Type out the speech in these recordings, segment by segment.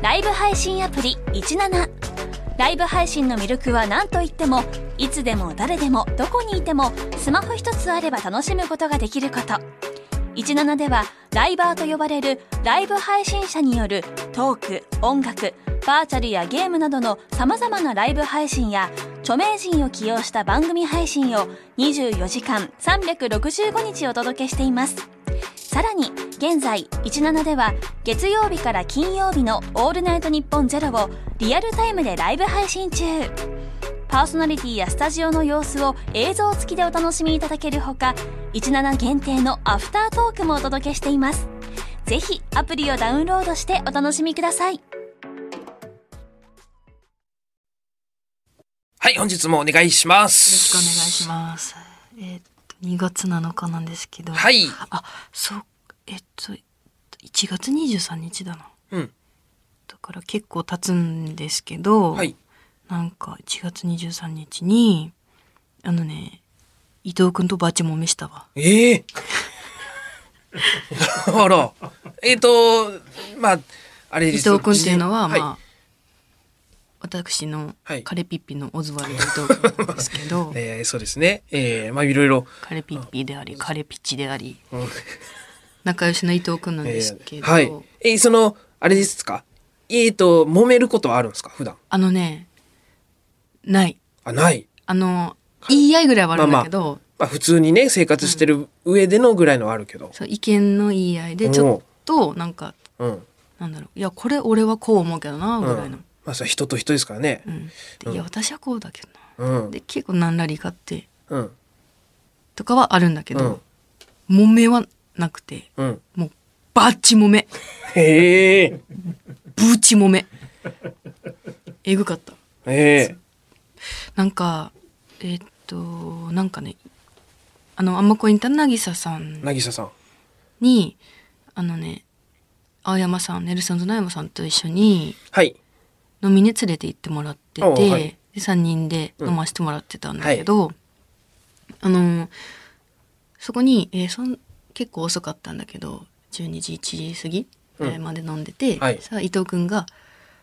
ライブ配信アプリ17。ライブ配信の魅力は何といっても、いつでも誰でもどこにいてもスマホ一つあれば楽しむことができること。17ではライバーと呼ばれるライブ配信者によるトーク、音楽、バーチャルやゲームなどの様々なライブ配信や著名人を起用した番組配信を24時間365日お届けしています。さらに現在17では月曜日から金曜日のオールナイトニッポンゼロをリアルタイムでライブ配信中。パーソナリティやスタジオの様子を映像付きでお楽しみいただけるほか、17限定のアフタートークもお届けしています。ぜひアプリをダウンロードしてお楽しみください。 はい、本日もお願いしまよろす。 しくお願いします。2月7日なんですけど。 はい。 そう、1月23日だな。 うん。 だから結構経つんですけど、 はい。 なんか1月23日に、伊藤くんとバチもめしたわ。 あら。まあ、あれです。 伊藤くんっていうのは、 はい、 私のはい、 カレピッピのオズワルド伊藤くんなんですけど、 そうですね。まあいろいろ。 カレピッピであり、カレピッチであり、 うん、 仲良しの伊藤くんなんですけど、 はい。あれですか。揉めることはあるんですか、普段。 ない。 ない。 言い合いぐらいはあるんだけど、 まあ普通にね、生活してる上でのぐらいのはあるけど。 そう、意見の言い合いで、ちょっと、なんか、なんだろう、いや、これ俺はこう思うけどな、ぐらいの。 まあそれ人と人ですからね。 いや、私はこうだけどな。で、結構何らりかって、 うん。 とかはあるんだけど、揉めはなくて、もう、バッチ揉め。 へえ。 ブチ揉め。えぐかった。なんか、なんかね、アンマコインター渚さんに、青山さん、ネルソンズの青山さんと一緒に、飲みに連れて行ってもらってて、で3人で飲ませてもらってたんだけど、そこに、結構遅かったんだけど、12時、1時過ぎまで飲んでて、さあ伊藤くんが、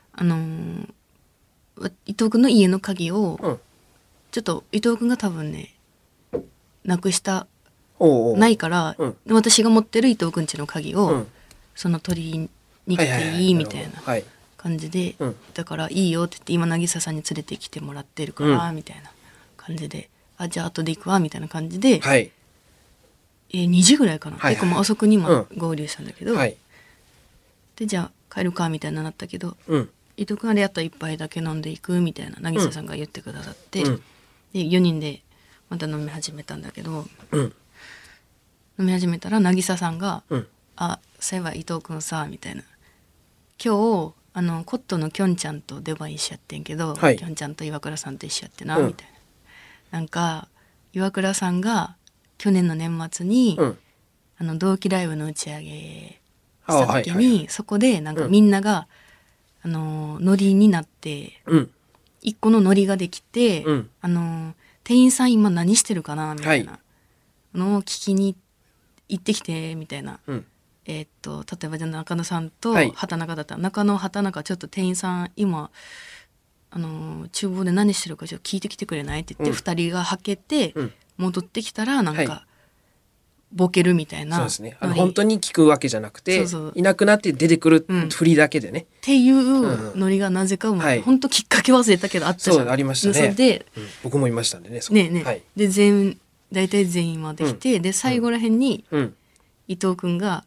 伊藤くんの家の鍵を、ちょっと伊藤くんが多分ね、なくしたないから、私が持ってる伊藤くん家の鍵を、取りに来ていいみたいな感じで、だからいいよって言って、今渚さんに連れてきてもらってるから、みたいな感じで、じゃあ後で行くわみたいな感じで、2時ぐらいかな、結構もう遅くにも合流したんだけど、でじゃあ帰るかみたいななったけど、伊藤くんあれやったら1杯だけ飲んでいくみたいな渚さんが言ってくださって、で4人でまた飲み始めたんだけど、飲み始めたら渚さんが「そういえば伊藤くんさ」みたいな「今日コットのきょんちゃんと出番一緒やってんけど、きょんちゃんと岩倉さんと一緒やってな」みたいな。なんか岩倉さんが去年の年末に、同期ライブの打ち上げした時に、そこでなんかみんなが、ノリになって、一個のノリができて、店員さん今何してるかなみたいなのを聞きに行ってきてみたいな、例えばじゃあ中野さんと畑中だったら、中野畑中ちょっと店員さん今厨房で何してるかちょっと聞いてきてくれないって言って、2人がはけて、戻ってきたらなんか、ボケるみたいな。 そうですね。本当に聞くわけじゃなくて、いなくなって出てくる振りだけでね。 っていうノリがなぜか本当きっかけ忘れたけどあったじゃん。 そうありましたね。 それで、 僕もいましたんでね。 で大体全員まで来て、で最後らへんに伊藤くんが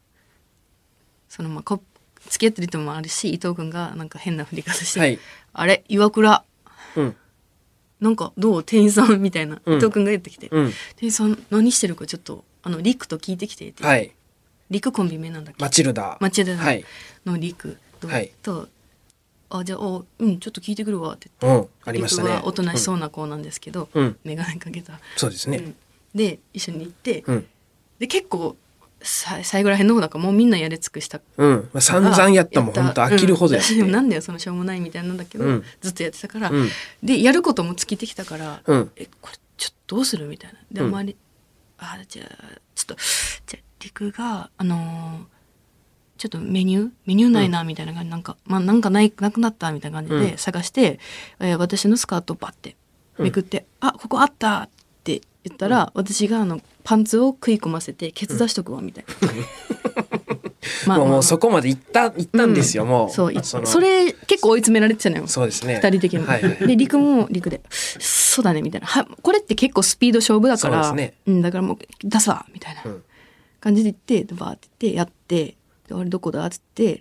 付き合ってる人もあるし、伊藤くんがなんか変な振り方して、あれ岩倉、なんかどう店員さんみたいな、伊藤くんが言ってきて、店員さん何してるかちょっとリクと聞いてきてって、リクコンビ名なんだっけ、 マチルダのリクと、じゃあちょっと聞いてくるわって言って、 ありましたね。 リクはおとなしそうな子なんですけど、眼鏡かけた。 そうですね。 で一緒に行って、で結構最後らへんの方だからもうみんなやり尽くした散々やったもん、本当飽きるほどやって、 なんだよそのしょうもないみたいなんだけど、ずっとやってたから、でやることも尽きてきたから、これちょっとどうするみたいな。であまりじゃあちょっとじゃあ陸がちょっとメニューないなみたいな感じ、なんかなくなったみたいな感じで探して、私のスカートをバッてめくって、あ、ここあったって言ったら、私がパンツを食い込ませてケツ出しとくわみたいな。 もうそこまで行ったんですよ、もう。 それ結構追い詰められてたのよ。 そうですね。 二人的に。で、陸も陸で、そうだねみたいな。これって結構スピード勝負だから、そうですね。だからもう出すわみたいな感じで言って、バーって言ってやって、であれどこだっつって、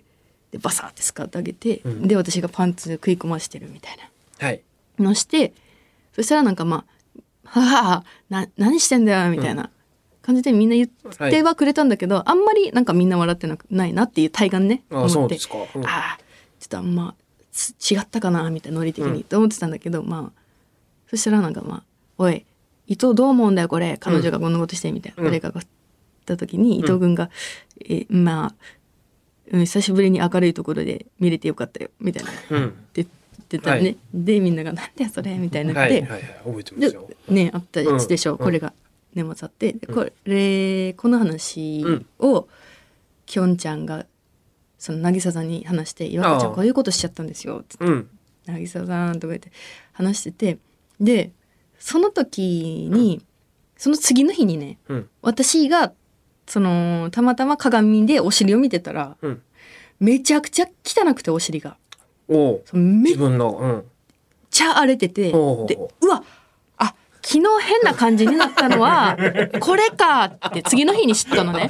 でバサーってスカート上げて、で私がパンツ食い込ましてるみたいなのして、そしたらなんかは何してんだよみたいな感じでみんな言ってはくれたんだけど、あんまりなんかみんな笑ってないなっていう体感ね、思って、 そうですか。 ちょっと違ったかなみたいなノリ的にと思ってたんだけど、そしたらなんかおい伊藤どう思うんだよこれ、彼女がこんなことしてみたいな、誰かが言った時に伊藤君が、久しぶりに明るいところで見れてよかったよみたいな、って言ってたね、でみんながなんだよそれみたいになって、 覚えてますよね、あったやつでしょ、これが年末あって、この話をきょんちゃんがその渚さんに話して「岩子ちゃんこういうことしちゃったんですよ」って言って「渚さん」とか言って話してて、でその時にその次の日にね、私がたまたま鏡でお尻を見てたら、めちゃくちゃ汚くてお尻が自分の、 ちゃ荒れてて、でうわ昨日変な感じになったのはこれかって次の日に知ったのね。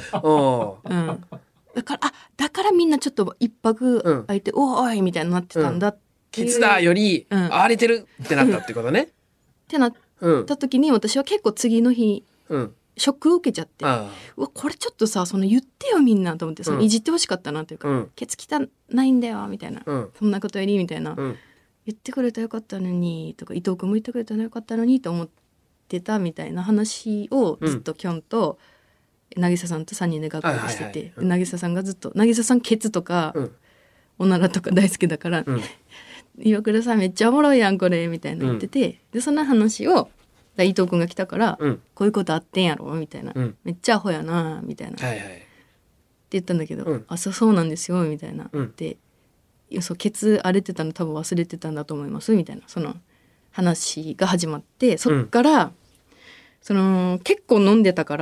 だからみんなちょっと一泊空いて、おいみたいになってたんだって。 ケツだより荒れてるってなったってことね。 ってなった時に私は結構次の日、ショックを受けちゃって、うわこれちょっとさ言ってよみんなと思って、いじってほしかったなというか、ケツ汚いんだよみたいな、そんなことよりみたいな、言ってくれたらよかったのにとか、伊藤君も言ってくれたらよかったのにと思ってたみたいな話をずっときょんと渚さんと3人で学校でしてて、渚さんがずっと渚さんケツとか、おならとか大好きだから「岩倉さんめっちゃおもろいやんこれ」みたいな言ってて、でその話を伊藤君が来たから、こういうことあってんやろみたいな、めっちゃアホやなみたいな、って言ったんだけど、そうなんですよみたいな、でケツ荒れてたの多分忘れてたんだと思いますみたいなその話が始まって、そっから、結構飲んでたから、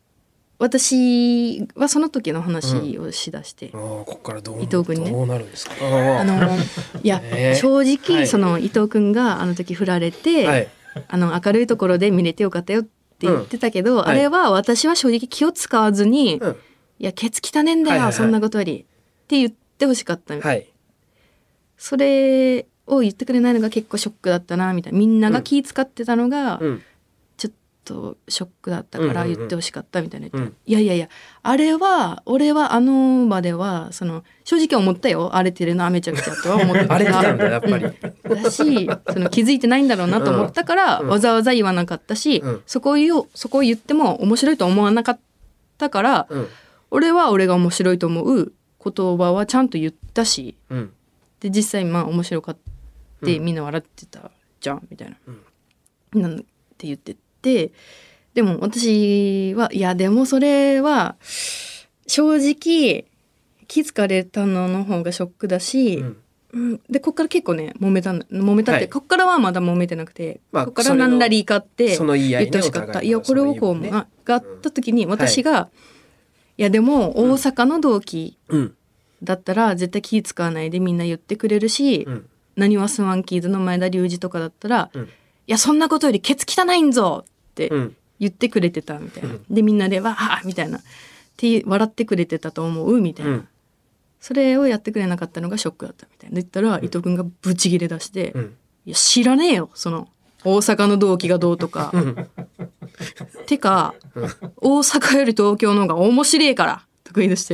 私はその時の話をしだして、 ここから伊藤君にね、 どうなるんですか。 いや、正直、伊藤君があの時振られて、明るいところで見れてよかったよって言ってたけど、あれは私は正直気を使わずに、いやケツ汚ねんだよ、そんなことよりって言ってほしかったみたいな、それを言ってくれないのが結構ショックだったなみたいな、みんなが気使ってたのが、ちょっとショックだったから言ってほしかったみたいな、いやあれは俺はあの場では正直思ったよ、荒れてるなめちゃくちゃとは思ってた。 荒れてたんだやっぱり。 だし気づいてないんだろうなと思ったから、わざわざ言わなかったし、そこを言っても面白いと思わなかったから、俺は俺が面白いと思う言葉はちゃんと言ったし、で実際面白かったみんな笑ってたじゃんみたいな、なんて言ってて、でも私はいやでもそれは正直気づかれたの方がショックだし、でこっから結構ね揉めたって、こっからはまだ揉めてなくて、こっからなんだりかって言ってほしかった。いやこれをこうがあった時に私が、いやでも大阪の同期だったら絶対気使わないでみんな言ってくれるし、なにわスワンキーズの前田隆二とかだったら、いやそんなことよりケツ汚いんぞって言ってくれてたみたいな、でみんなでわーみたいなって笑ってくれてたと思うみたいな、それをやってくれなかったのがショックだったみたいな言ったら、伊藤君がブチギレ出して、いや知らねえよ大阪の同期がどうとかてか、大阪より東京の方が面白いからとか言い出して、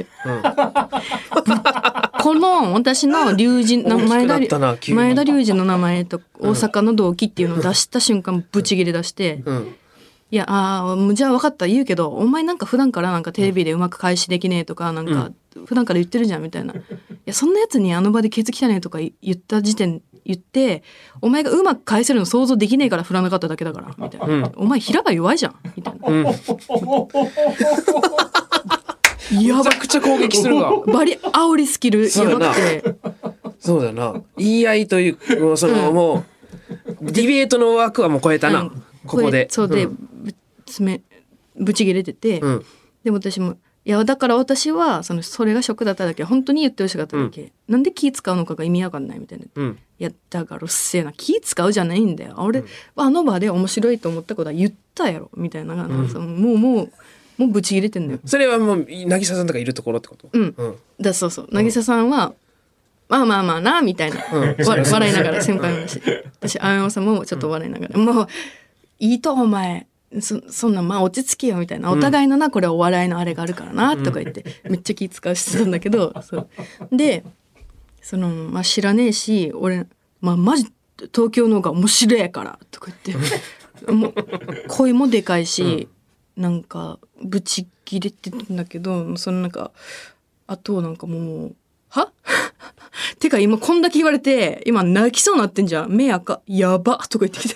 この私の前田隆二の名前と大阪の同期っていうのを出した瞬間ブチギレ出して、いやじゃあ分かった言うけど、お前なんか普段からなんかテレビでうまく返しできねえとかなんか普段から言ってるじゃんみたいな、いやそんなやつにあの場でケツ汚ねえとか言ってお前がうまく返せるの想像できねえから振らなかっただけだからみたいな、お前平場弱いじゃんみたいな、 めちゃくちゃ攻撃するわ。 バリ煽りスキルやばくて。 そうだな。言い合いというもうもうディベートの枠はもう超えたな。ここで。 そうで、ぶち切れてて、でも私もいやだから私はそれがショックだっただけ本当に言ってほしかっただけ、なんで気使うのかが意味わかんないみたいな、いやだからうっせえな気使うじゃないんだよ俺、あの場で面白いと思ったことは言ったやろみたいな、もうぶち切れてんだよ。 それはもう渚さんとかいるところってこと？ だそうそう渚さんは、まあまあまあなみたいな、笑いながら先輩もし私青山さんもちょっと笑いながら、もういいとお前そんなまあ落ち着けよみたいな、お互いのなこれはお笑いのあれがあるからなとか言ってめっちゃ気使うしてたんだけど、そうでまあ知らねえし俺まあマジ東京の方が面白いからとか言ってもう声もでかいし、なんかブチ切れてるんだけど、なんかあとなんかもうはてか今こんだけ言われて今泣きそうになってんじゃん、目赤やばとか言ってきて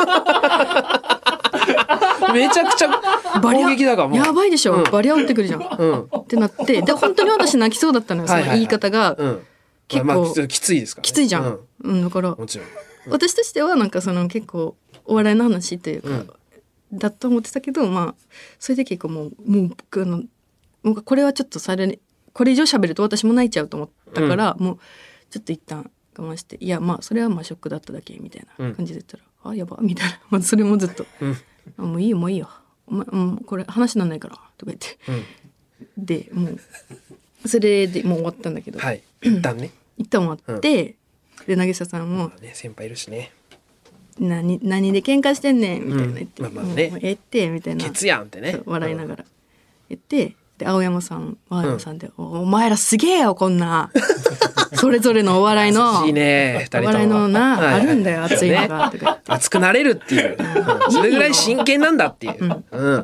めちゃくちゃ攻撃だからもうやばいでしょ、バリア打ってくるじゃん、ってなってで本当に私泣きそうだったのよ、その言い方が、結構きついですからね、 きついじゃん、だからもちろん私としてはなんか結構お笑いの話というか、だと思ってたけど、まあそれで結構もう僕もうこれはちょっとこれ以上喋ると私も泣いちゃうと思ったから、もうちょっと一旦我慢して、いやまあそれはまあショックだっただけみたいな感じで言ったら、あやばみたいな、まあ、それもずっと、もういいよもういいよお前、これ話になんないからとか言って、でもうそれでもう終わったんだけど、 一旦ね一旦終わって、で渚さんも、 先輩いるしね、 何で喧嘩してんねんみたいな言って、もうええってみたいな、 ケツやんってね笑いながら言って、で青山さんで、お前らすげえよこんなそれぞれのお笑いのいいね、 お笑いのあるんだよ熱いのがとか熱くなれるっていう、それぐらい真剣なんだっていう、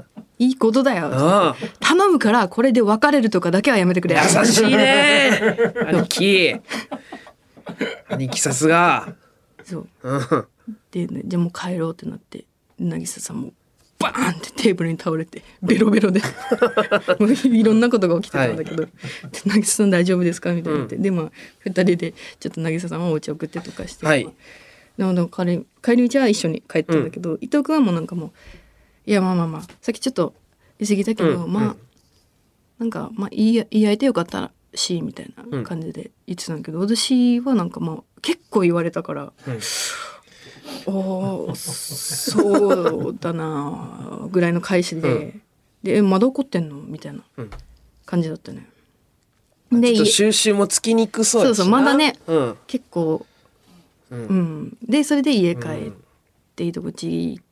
いいことだよ、頼むからこれで別れるとかだけはやめてくれ。 優しいね兄貴さすが。 そうでじゃあもう帰ろうってなって、渚さんもバーンってテーブルに倒れてベロベロでもういろんなことが起きてたんだけど、渚さん大丈夫ですかみたいなって、でまあ2人でちょっと渚さんはお家送ってとかして、でも帰り道は一緒に帰ったんだけど、伊藤君はもうなんかもういやまあさっきちょっと言い過ぎたけど、まあなんかまあ言い合えてよかったしみたいな感じで言ってたんだけど、私はなんかまあ結構言われたから、そうだなぐらいの返しで、でまだ怒ってんのみたいな感じだったね。 でちょっと収集もつきにくそうだしな。 そうまだね、結構でそれで家帰って糸口行って、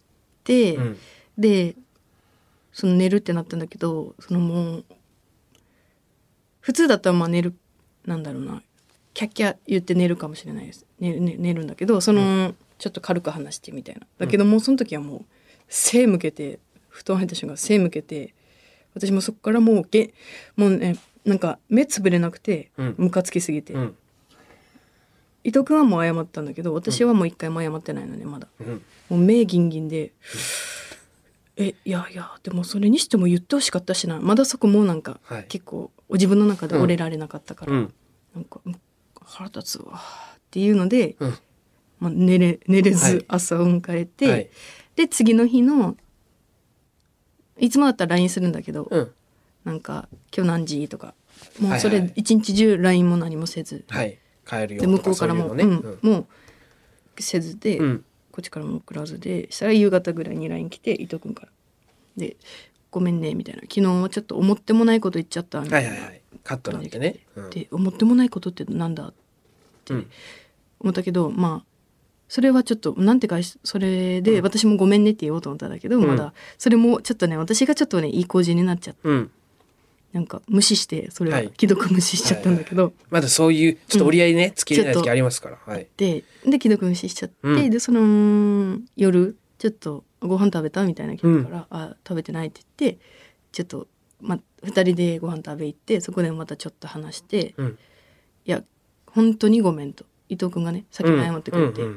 で寝るってなったんだけど、もう普通だったらまあ寝るなんだろうなキャッキャ言って寝るかもしれないです、寝るんだけどちょっと軽く話してみたいな、だけどもうその時はもう背向けて布団入った瞬間背向けて、私もそこからもうねなんか目つぶれなくてムカつきすぎて、伊藤君はもう謝ったんだけど私はもう一回も謝ってないのねまだ、もう目ギンギンでいやでもそれにしても言ってほしかったしな、まだそこもなんか、結構自分の中で折れられなかったから、なんか腹立つわっていうので、まあ、寝れず朝を迎えて、で次の日のいつもだったら LINE するんだけど、なんか今日何時とかもうそれ一日中 LINE も何もせず、 帰るよで向こうからももうせずで、こっちからも送らずでしたら夕方ぐらいに LINE 来て伊藤君からでごめんねみたいな、昨日はちょっと思ってもないこと言っちゃったみたいな、 カットなんてね、 で思ってもないことってなんだって思ったけど、まあそれはちょっとなんてかそれで私もごめんねって言おうと思ったんだけど、まだそれもちょっとね私がちょっとねいい子になっちゃって、なんか無視してそれは既読無視しちゃったんだけど、 まだそういうちょっと折り合いねつけれない時ありますから、 で既読無視しちゃって、でその夜ちょっとご飯食べたみたいな聞いたから、食べてないって言ってちょっと2人でご飯食べ行って、そこでまたちょっと話して、いや本当にごめんと伊藤君がね先に謝ってくれて、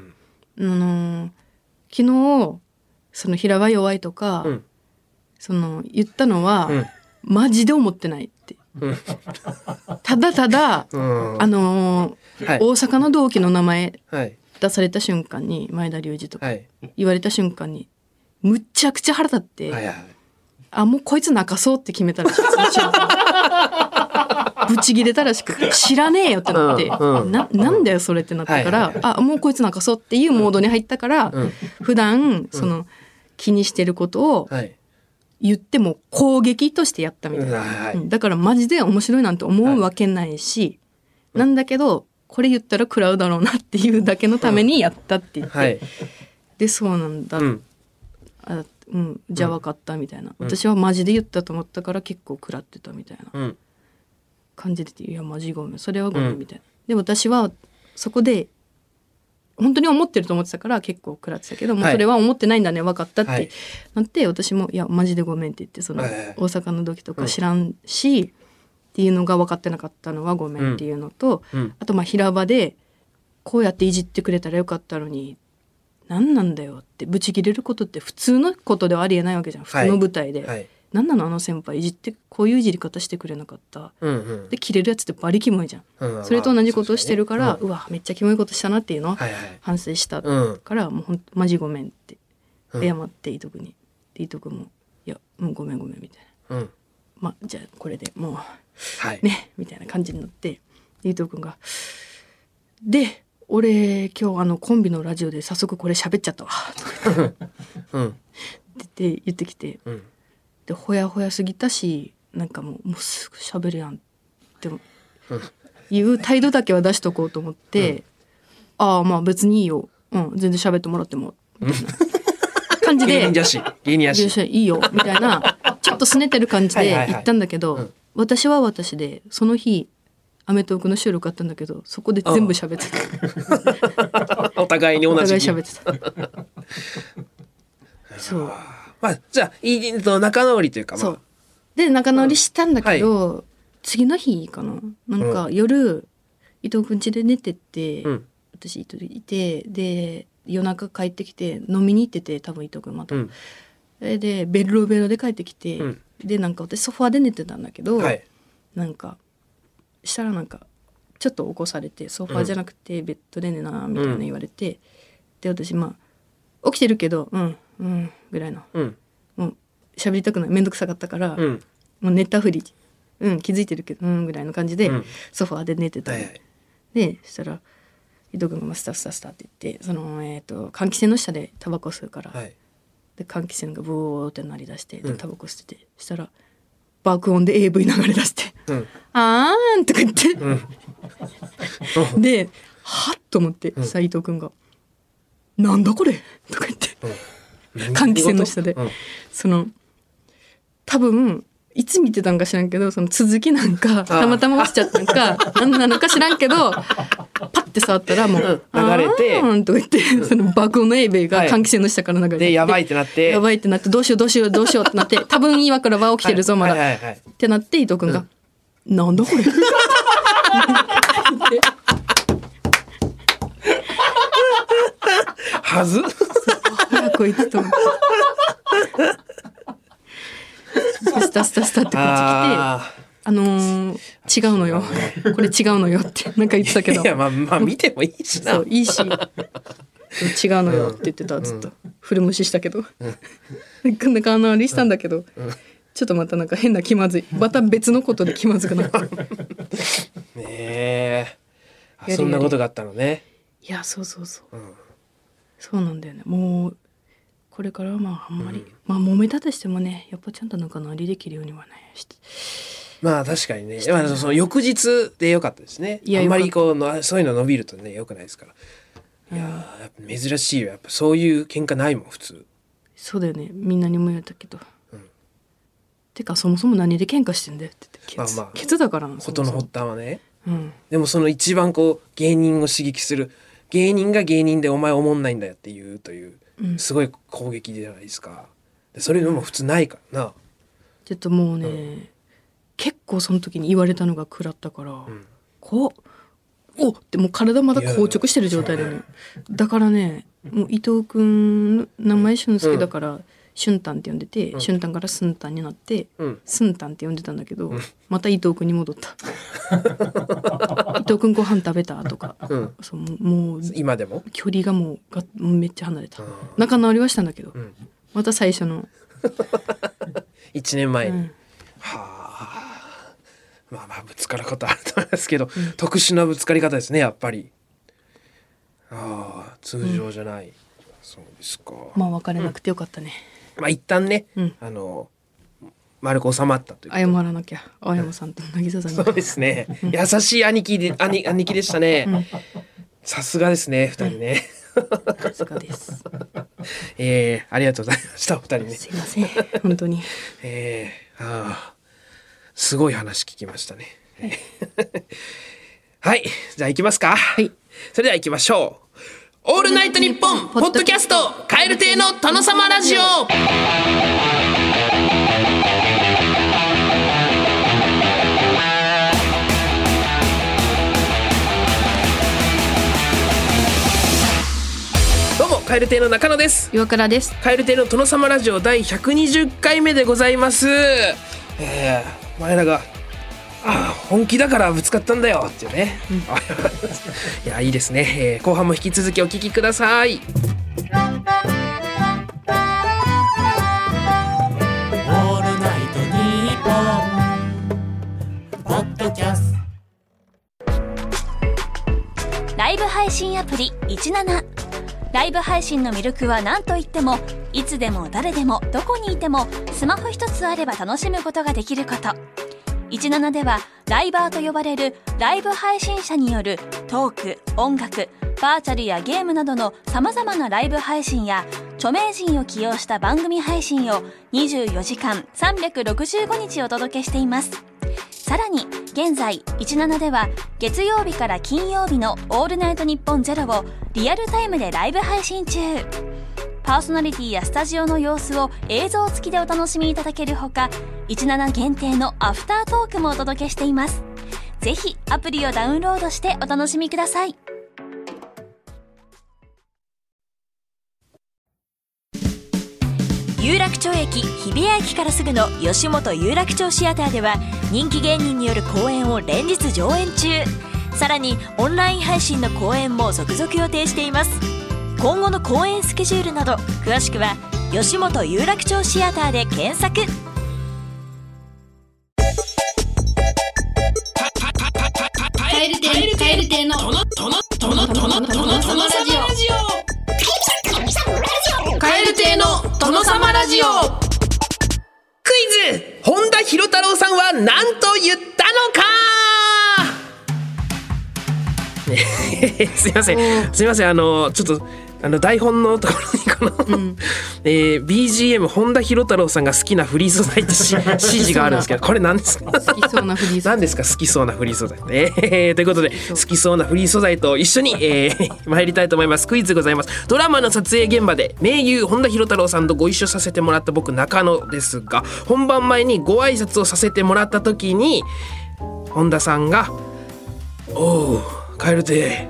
昨日平場弱いとか、言ったのは、マジで思ってないってただただ、 うん、 大はい阪の同期の名前はい出された瞬間に前田隆二とかはい言われた瞬間にむっちゃくちゃ腹立って、 はいはいあもうこいつ泣かそうって決めたらしいその瞬間ぶち切れたらしく知らねえよってなって、 うんなんだよそれってなったから、 はいはいあもうこいつ泣かそうっていうモードに入ったから、 うん普段その気にしてることをはい言っても攻撃としてやったみたいな、 はいうんだからマジで面白いなんて思うわけないし、なんだけどこれ言ったら食らうだろうなっていうだけのためにやったって言って、 はいでそうなんだ、 うんじゃあ分かったみたいな、私はマジで言ったと思ったから結構食らってたみたいなうん感じでいやマジごめんそれはごめんみたいな、で私はそこで本当に思ってると思ってたから結構食らってたけどもうそれは思ってないんだね分かったってなって、私もいやマジでごめんって言ってその大阪の時とか知らんし、っていうのが分かってなかったのはごめんっていうのと、あとまあ平場でこうやっていじってくれたらよかったのに何なんだよってブチ切れることって普通のことではありえないわけじゃん普通の舞台で、 はい何なのあの先輩いじってこういういじり方してくれなかった、で切れるやつってバリキモいじゃん、それと同じことをしてるから、うわめっちゃキモいことしたなっていうのを反省したから、もうほんとマジごめんって謝って伊藤君に、で伊藤君もいやごめんごめんみたいな、まあじゃあこれでもうねみたいな感じになって伊藤君がで俺今日コンビのラジオで早速これ喋っちゃったわって言ってきて、でほやほやすぎたしなんかもうすぐ喋るやんっていう態度だけは出しとこうと思って、ああまあ別にいいよ、全然喋ってもらってもみたいな感じで芸人やしいいよみたいなちょっとすねてる感じで言ったんだけど、私は私でその日アメトーークの収録あったんだけどそこで全部喋ってたお互いに同じに喋ってたそうまあじゃあいい仲直りというか、まあ、 そうで仲直りしたんだけど、次の日かななんか夜、伊藤くん家で寝てて、私伊藤いてで夜中帰ってきて飲みに行ってて多分伊藤くんまた、でベロベロで帰ってきて、でなんか私ソファーで寝てたんだけど、なんかしたらなんかちょっと起こされてソファーじゃなくてベッドで寝なみたいな言われて、で私まあ起きてるけどぐらいの、もう喋りたくないめんどくさかったから、もう寝たふり気づいてるけどぐらいの感じで、ソファーで寝てたの、でそしたら伊藤君がスタスタって言ってその換気扇の下でタバコ吸うから、で換気扇がブーって鳴り出してでタバコ吸ってて、したら爆音で AV 流れ出して「あーん」とか言って、ではっと思って伊藤君が「なんだこれ」とか言って、換気扇の下で、その多分いつ見てたんか知らんけどその続きなんかたまたま落ちちゃったんか何なのか知らんけどパッて触ったらもう流れてあーんとか言ってその爆音の AV が換気扇の下から流れてでやばいってなってやばいってなってどうしようってなって多分岩倉は起きてるぞまだってなって伊藤君がなんだこれはずこいつと思ってスタってこっち来て違うのよこれ違うのよってなんか言ってたけどいやまあ見てもいいしなそういいし違うのよって言ってたずっと古無視したけどなんかリしたんだけどちょっとまたなんか変な気まずいまた別のことで気まずくなったねえそんなことがあったのね。 いやそう、そうなんだよね。もうこれからはまああんまり、まあ揉めたとしてもねやっぱちゃんと仲直りできるようにはねまあ確かにね、まあ、その翌日でよかったですね。あんまりこうそういうの伸びるとねよくないですから。いややっぱ珍しいよやっぱそういう喧嘩ないもん普通。 そうだよねみんなにも言われたけど、てかそもそも何で喧嘩してんだよって言ってケツだからな事の発端はね、でもその一番こう芸人を刺激する芸人が芸人でお前おもんないんだよっていうという、すごい攻撃じゃないですか。でそれでも普通ないからな。 ちょっともうね、結構その時に言われたのが食らったから、こうおってもう体まだ硬直してる状態でねだからねもう伊藤君名前俊介だから、 シュンタンって呼んでて、シュンタンからスンタンになって、スンタンって呼んでたんだけど、また伊藤君に戻った伊藤君ご飯食べたとか、そうもう今でも距離がもうめっちゃ離れた。仲直りはしたんだけど、また最初の 1年前に、はあ、まあぶつかることあると思いますけど、特殊なぶつかり方ですねやっぱり。ああ、通常じゃない、そうですか。 まあ別れなくてよかったね。 まあ一旦ね、丸く収まったという。 謝らなきゃ、青山さんと渚さんに。 そうですね、優しい兄貴でしたね。さすがですね、2人ね。 さすがです。 ありがとうございました、お二人ね。 すいません、本当に。 すごい話聞きましたね。はい、じゃあ行きますか。はい。それでは行きましょう。オールナイトニッポンポッドキャスト、蛙亭の殿様ラジオ。どうも、蛙亭の中野です。 岩倉です。 蛙亭の殿様ラジオ第120回目でございます。前らが本気だからぶつかったんだよっていうね、いやいいですね、後半も引き続きお聞きください。オールナイトニッポンポッドキャスト。ライブ配信アプリ17。ライブ配信の魅力は何といっても、いつでも誰でもどこにいてもスマホ一つあれば楽しむことができること。17ではライバーと呼ばれるライブ配信者によるトーク、音楽、バーチャルやゲームなどの様々なライブ配信や著名人を起用した番組配信を24時間365日お届けしています。さらに現在17では月曜日から金曜日のオールナイトニッポンゼロをリアルタイムでライブ配信中。パーソナリティやスタジオの様子を映像付きでお楽しみいただけるほか、17限定のアフタートークもお届けしています。ぜひアプリをダウンロードしてお楽しみください。有楽町駅日比谷駅からすぐの吉本有楽町シアターでは、人気芸人による公演を連日上演中。さらにオンライン配信の公演も続々予定しています。今後の公演スケジュールなど詳しくは吉本有楽町シアターで検索。蛙亭の殿様ラジオ。蛙亭の殿様ラジオ。 クイズ、本田博太郎さんは何と言ったのか。すいません、ちょっと台本のところにこの、BGM 本田博太郎さんが好きなフリー素材って指示があるんですけど、これ何ですか。 好きそうなフリー素材。 何ですか好きそうなフリー素材、ということで好きそうなフリー素材と一緒に、参りたいと思います。クイズでございます。ドラマの撮影現場で名優本田博太郎さんとご一緒させてもらった僕中野ですが、本番前にご挨拶をさせてもらった時に本田さんが「おう蛙亭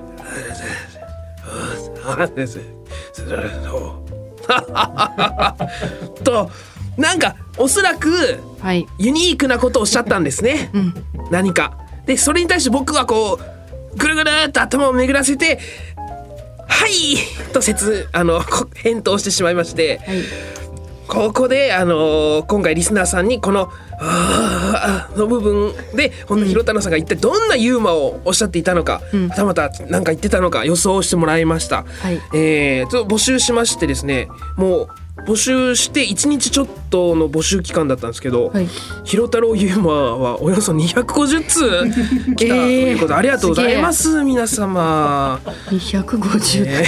となんかおそらくユニークなことをおっしゃったんですね、何かで。それに対して僕はこうぐるぐるっと頭を巡らせて「はい」と返答してしまいまして、ここで今回リスナーさんにこのの部分で本田博太郎さんが一体どんなユーモアをおっしゃっていたのか、はたまた何か言ってたのか予想してもらいました。募集しましてですね、もう募集して1日ちょっとの募集期間だったんですけど、博太郎ユーモアはおよそ250通来たということで、ありがとうございます皆様。 250、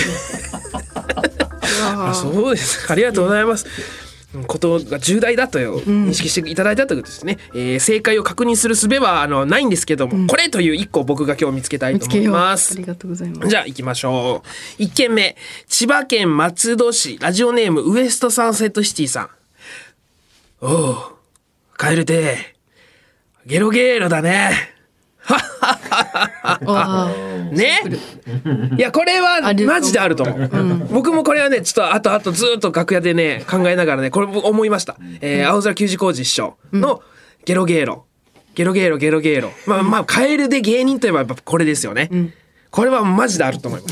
そうです、ありがとうございます。ことが重大だと認識していただいたということですね。正解を確認する術はないんですけども、これという1個僕が今日見つけたいと思います。 ありがとうございます。 じゃあ行きましょう。1件目、千葉県松戸市、ラジオネームウエストサンセットシティさん。おう蛙亭ゲロゲーロだね。 ね。いやこれはマジであると思う。僕もこれはねちょっと後々ずっと楽屋でね考えながらねこれ思いました。青空球児工事師匠のゲロゲーロ。ゲロゲーロゲロゲーロ。まあカエルで芸人といえばやっぱこれですよね。これはマジであると思います。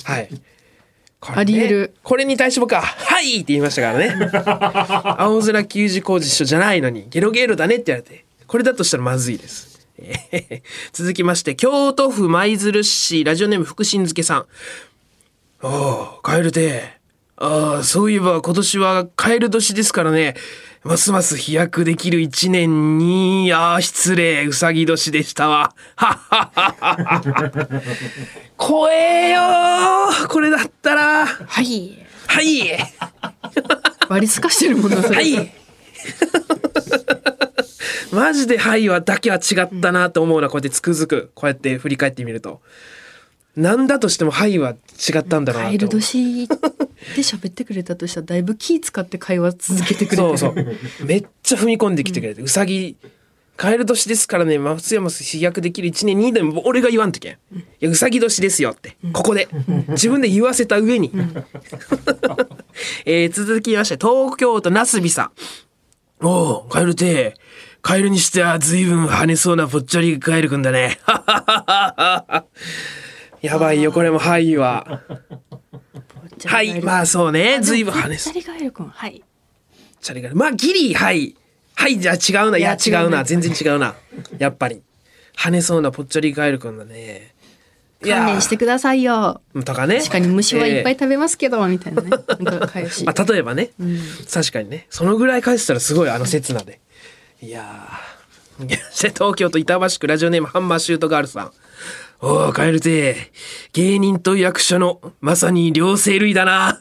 はい。これね、 ありえる。 これに対して僕は「はい!」って言いましたからね。青空球児工事師匠じゃないのにゲロゲーロだねって言われてこれだとしたらまずいです。続きまして京都府舞鶴市ラジオネーム福神漬さん。カエルでそういえば今年はカエル年ですからねますます飛躍できる一年に失礼うさぎ年でしたわ。怖えよこれだったらはい割りつかしてるもんなそれ。 マジではいはだけは違ったなと思うな。こうやってつくづくこうやって振り返ってみるとなんだとしてもはいは違ったんだろうなと。 カエル年で喋ってくれたとしたらだいぶ気使って会話続けてくれてそうめっちゃ踏み込んできてくれて、うさぎカエル年ですからね松山飛躍できる1年にでも俺が言わんとけん、いやうさぎ年ですよって、ここで自分で言わせた上に、続きまして東京都なすびさん。カエルってカエルにしては随分跳ねそうなぽっちゃりカエルくんだね。やばいよこれもはいははいまあそうね随分跳ねそう。 ぽっちゃりカエルくんはいチャリガエルまあギリはいじゃあ違うな。いや違うな全然違うな。やっぱり跳ねそうなぽっちゃりカエルくんだね。 観念してくださいよとかね。確かに虫はいっぱい食べますけど、みたいなねなんか返し例えばね、確かにねそのぐらい返したらすごい刹那で。いや東京都板橋区ラジオネームハンマーシュートガールさん。カエルて芸人と役者のまさに両生類だな。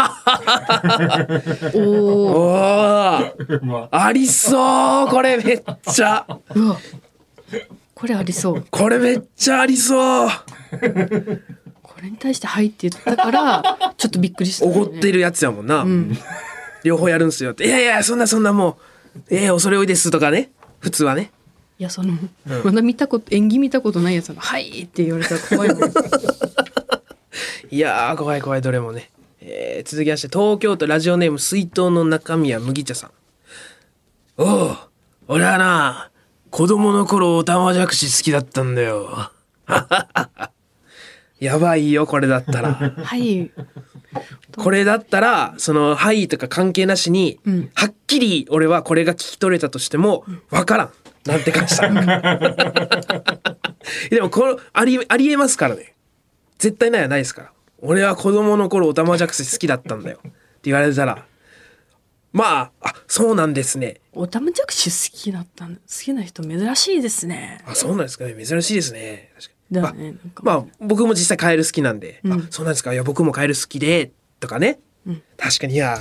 ありそうこれめっちゃこれありそうこれめっちゃありそう。 これに対して「はい」って言ったからちょっとびっくりした、ね、 おごってるやつやもんな、両方やるんすよって。いやそんなもう恐れ多いですとかね普通はね。 いやまだ演技見たことないやつが「はい」って言われたら怖いもん。 いや怖いどれもね。続きまして東京都ラジオネーム水筒の中身は麦茶さん。俺はな子供の頃オタマジャクシ好きだったんだよ。やばいよこれだったら。 はいこれだったらその「はい」とか関係なしに、はっきり俺はこれが聞き取れたとしても分からんなんて感じた。でもこれありえますからね。絶対ないですから。俺は子供の頃オタマジャクシ好きだったんだよって言われたらまあそうなんですね。 オタマジャクシ好きな人珍しいですね。 そうなんですかね。珍しいですね。確かにだね、 まあ僕も実際カエル好きなんで、そうなんですか。いや僕もカエル好きでとかね、確かに。いや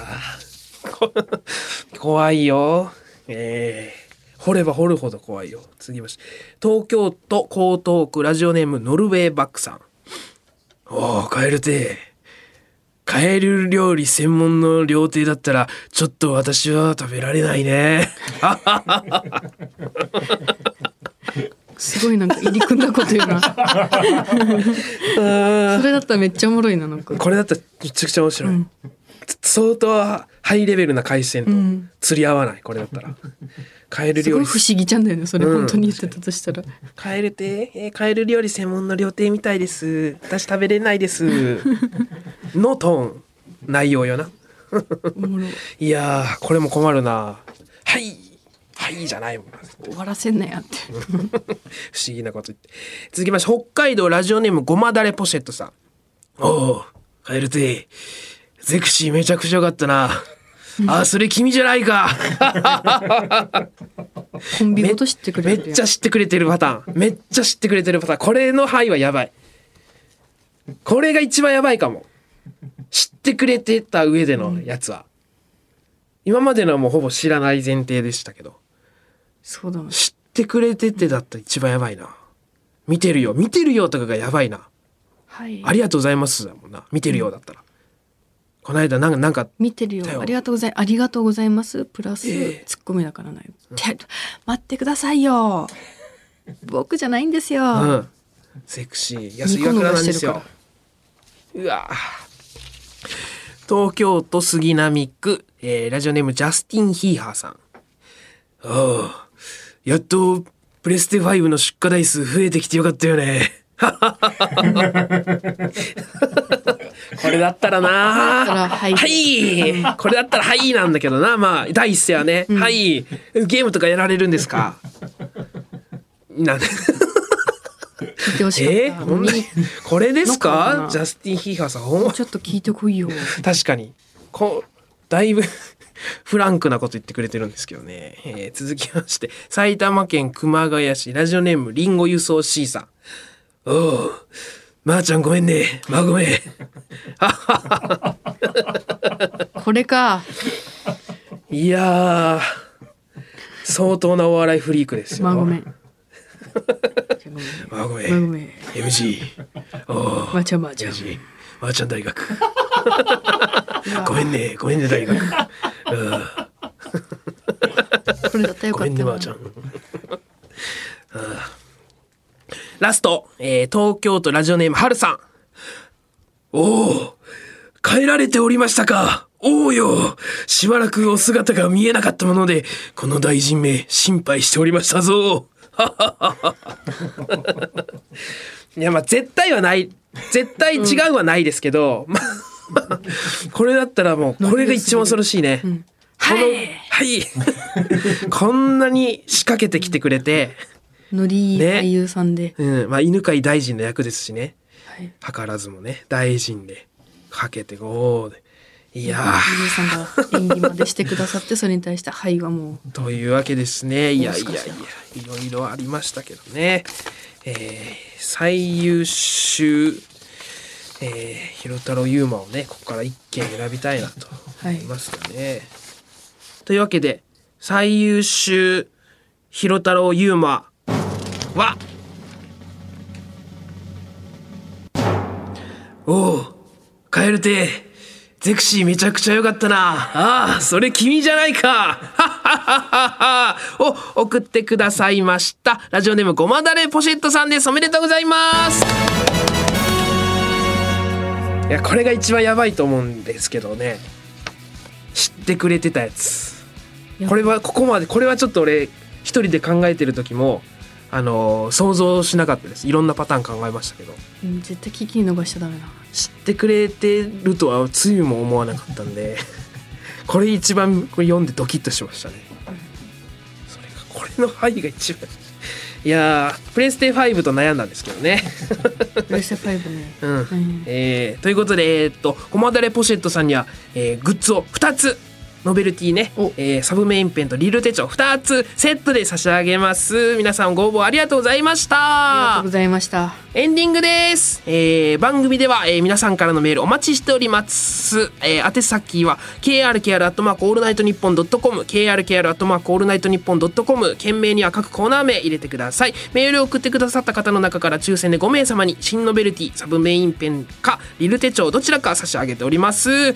怖いよ。掘れば掘るほど怖いよ。次まして東京都江東区ラジオネームノルウェーバックさん。カエルってカエル料理専門の料亭だったらちょっと私は食べられないね。 すごいなんか入り組んだこと言うな。それだったらめっちゃおもろいな。なんかこれだったらめちゃくちゃ面白い、相当ハイレベルな海鮮と釣り合わない、これだったら。カエル料理すごい不思議ちゃんだよねそれ、本当に言ってたとしたら。 カエルってカエル料理専門の料亭みたいです、私食べれないですのトーン内容よな。いやーこれも困るな。はいじゃないもん。 終わらせんなやって不思議なこと言って。続きまして北海道ラジオネームごまだれポシェットさん。カエルってゼクシーめちゃくちゃよかったな。それ君じゃないか。 コンビごと知ってくれてる。 めっちゃ知ってくれてるパターン。これのはいはやばい。これが一番やばいかも。知ってくれてた上でのやつは、今までのはもうほぼ知らない前提でしたけど、 そうだね、 知ってくれててだったら一番やばいな。見てるよとかがやばいな。ありがとうございますだもんな。見てるよだったら、この間なんか見てるよ、ありがとうございますプラスツッコミだからない、待ってくださいよ。 僕じゃないんですよ、 うん、セクシー安岩倉なんですよ。うわ東京都杉並区、ラジオネームジャスティン・ヒーハーさん。ああやっとプレステ5の出荷台数増えてきてよかったよねこれだったらなはい、これだったらはいなんだけどな。まあ第一声はね、はい、ゲームとかやられるんですかなんでこれですかジャスティン・ヒーハーさん。 ちょっと聞いてこいよ。 確かにだいぶフランクなこと言ってくれてるんですけどね。続きまして埼玉県熊谷市ラジオネームリンゴ輸送 C さん。おうまーちゃんごめんね。まあごめんこれか。 いや相当なお笑いフリークですよ。 まあごめんまあごめん MC おまーちゃんまーちゃんまーちゃん大学ごめんね大学これだったらよかったな。 ごめんねまーちゃんラスト、東京都ラジオネームはるさん。おお帰られておりましたか。おうよしばらくお姿が見えなかったものでこの大臣名心配しておりましたぞいやまあ絶対はない絶対違うはないですけど、これだったらもうこれが一番恐ろしいね、はいこんなに仕掛けてきてくれてノリ俳優さんで、 まあ、犬飼大臣の役ですしね、図らずもね大臣でかけてこうでいや俳優さんが演技までしてくださってそれに対してはいはもうというわけですね。いろいろありましたけどね、最優秀、広太郎ユーマをねここから一件選びたいなと思いますよね、というわけで最優秀広太郎ユーマはおうカエルテゼクシーめちゃくちゃ良かったなあ。それ君じゃないかを送ってくださいましたラジオネームごまだれポシェットさんです。おめでとうございます。いやこれが一番やばいと思うんですけどね。知ってくれてたやつ。これはここまでこれはちょっと俺一人で考えてる時も想像しなかったです。いろんなパターン考えましたけど、 絶対聞きに逃しちゃダメだ。 知ってくれてるとはつゆも思わなかったんでこれ一番これ読んでドキッとしましたね、それがこれの範囲が一番いやプレステ5と悩んだんですけどねプレステ5 ね、ということでコマダレポシェットさんには、グッズを2つノベルティね、サブメインペンとリル手帳2つセットで差し上げます。皆さんご応募ありがとうございました。 ありがとうございました。 エンディングです。番組では、皆さんからのメールお待ちしております。宛先は krkr@allnightnippon.com krkr@allnightnippon.com 懸命には各コーナー名入れてください。メールを送ってくださった方の中から抽選で5名様に新ノベルティサブメインペンかリル手帳どちらか差し上げております。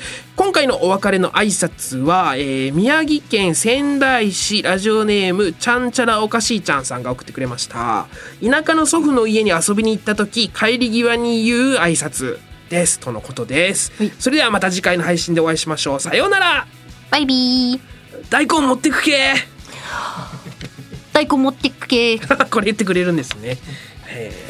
今回のお別れの挨拶は宮城県仙台市ラジオネームちゃんちゃらおかしいちゃんさんが送ってくれました。田舎の祖父の家に遊びに行った時帰り際に言う挨拶ですとのことです、それではまた次回の配信でお会いしましょう。さようなら。 バイビー。 大根持ってくけ大根持ってくけこれ言ってくれるんですね。